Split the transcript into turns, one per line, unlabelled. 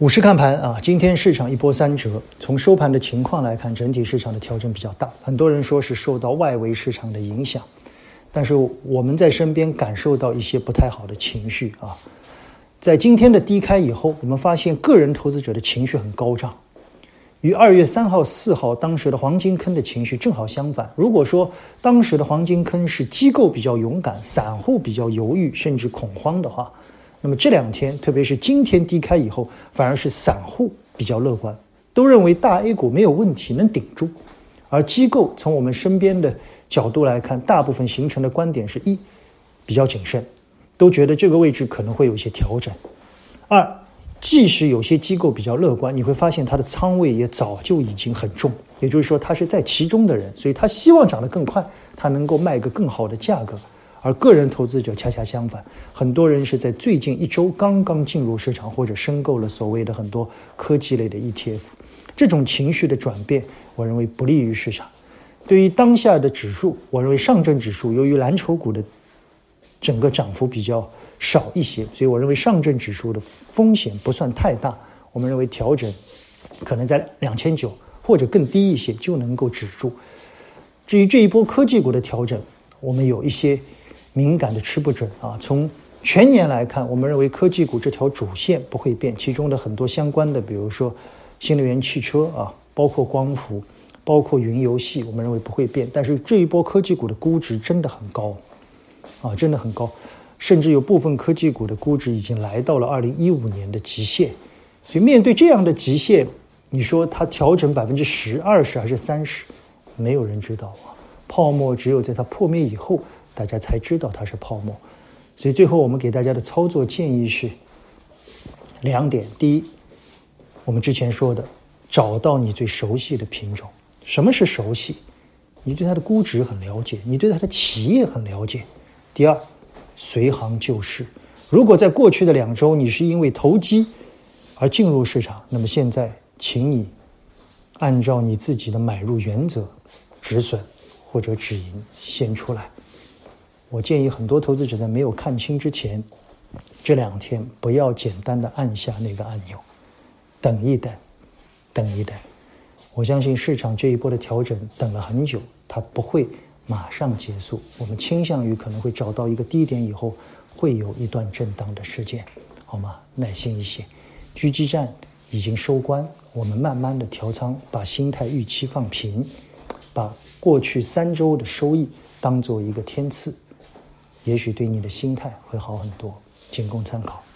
午市看盘啊，今天市场一波三折。从收盘的情况来看，整体市场的调整比较大，很多人说是受到外围市场的影响，但是我们在身边感受到一些不太好的情绪啊。在今天的低开以后，我们发现个人投资者的情绪很高涨，与2月3号、4号当时的黄金坑的情绪正好相反。如果说当时的黄金坑是机构比较勇敢，散户比较犹豫甚至恐慌的话，那么这两天，特别是今天低开以后，反而是散户比较乐观，都认为大 A 股没有问题，能顶住。而机构从我们身边的角度来看，大部分形成的观点是：一，比较谨慎，都觉得这个位置可能会有一些调整；二，即使有些机构比较乐观，你会发现他的仓位也早就已经很重，也就是说他是在其中的人，所以他希望涨得更快，他能够卖个更好的价格。而个人投资者恰恰相反，很多人是在最近1周刚刚进入市场，或者申购了所谓的很多科技类的 ETF。 这种情绪的转变，我认为不利于市场。对于当下的指数，我认为上证指数由于蓝筹股的整个涨幅比较少一些，所以我认为上证指数的风险不算太大。我们认为调整可能在2900或者更低一些就能够止住。至于这一波科技股的调整，我们有一些敏感的吃不准啊。从全年来看，我们认为科技股这条主线不会变，其中的很多相关的，比如说新能源汽车啊，包括光伏，包括云游戏，我们认为不会变。但是这一波科技股的估值真的很高啊，真的很高，甚至有部分科技股的估值已经来到了2015年的极限。所以面对这样的极限，你说它调整10%、20%还是30%，没有人知道啊。泡沫只有在它破灭以后，大家才知道它是泡沫。所以最后我们给大家的操作建议是2点：第一，我们之前说的，找到你最熟悉的品种。什么是熟悉？你对它的估值很了解，你对它的企业很了解。第二，随行就市。如果在过去的2周你是因为投机而进入市场，那么现在请你按照你自己的买入原则止损或者止盈先出来。我建议很多投资者在没有看清之前，这2天不要简单的按下那个按钮，等一等，等一等。我相信市场这一波的调整等了很久，它不会马上结束。我们倾向于可能会找到一个低点以后，会有一段震荡的时间，好吗？耐心一些。狙击战已经收官，我们慢慢的调仓，把心态预期放平，把过去3周的收益当做一个天赐，也许对你的心态会好很多，仅供参考。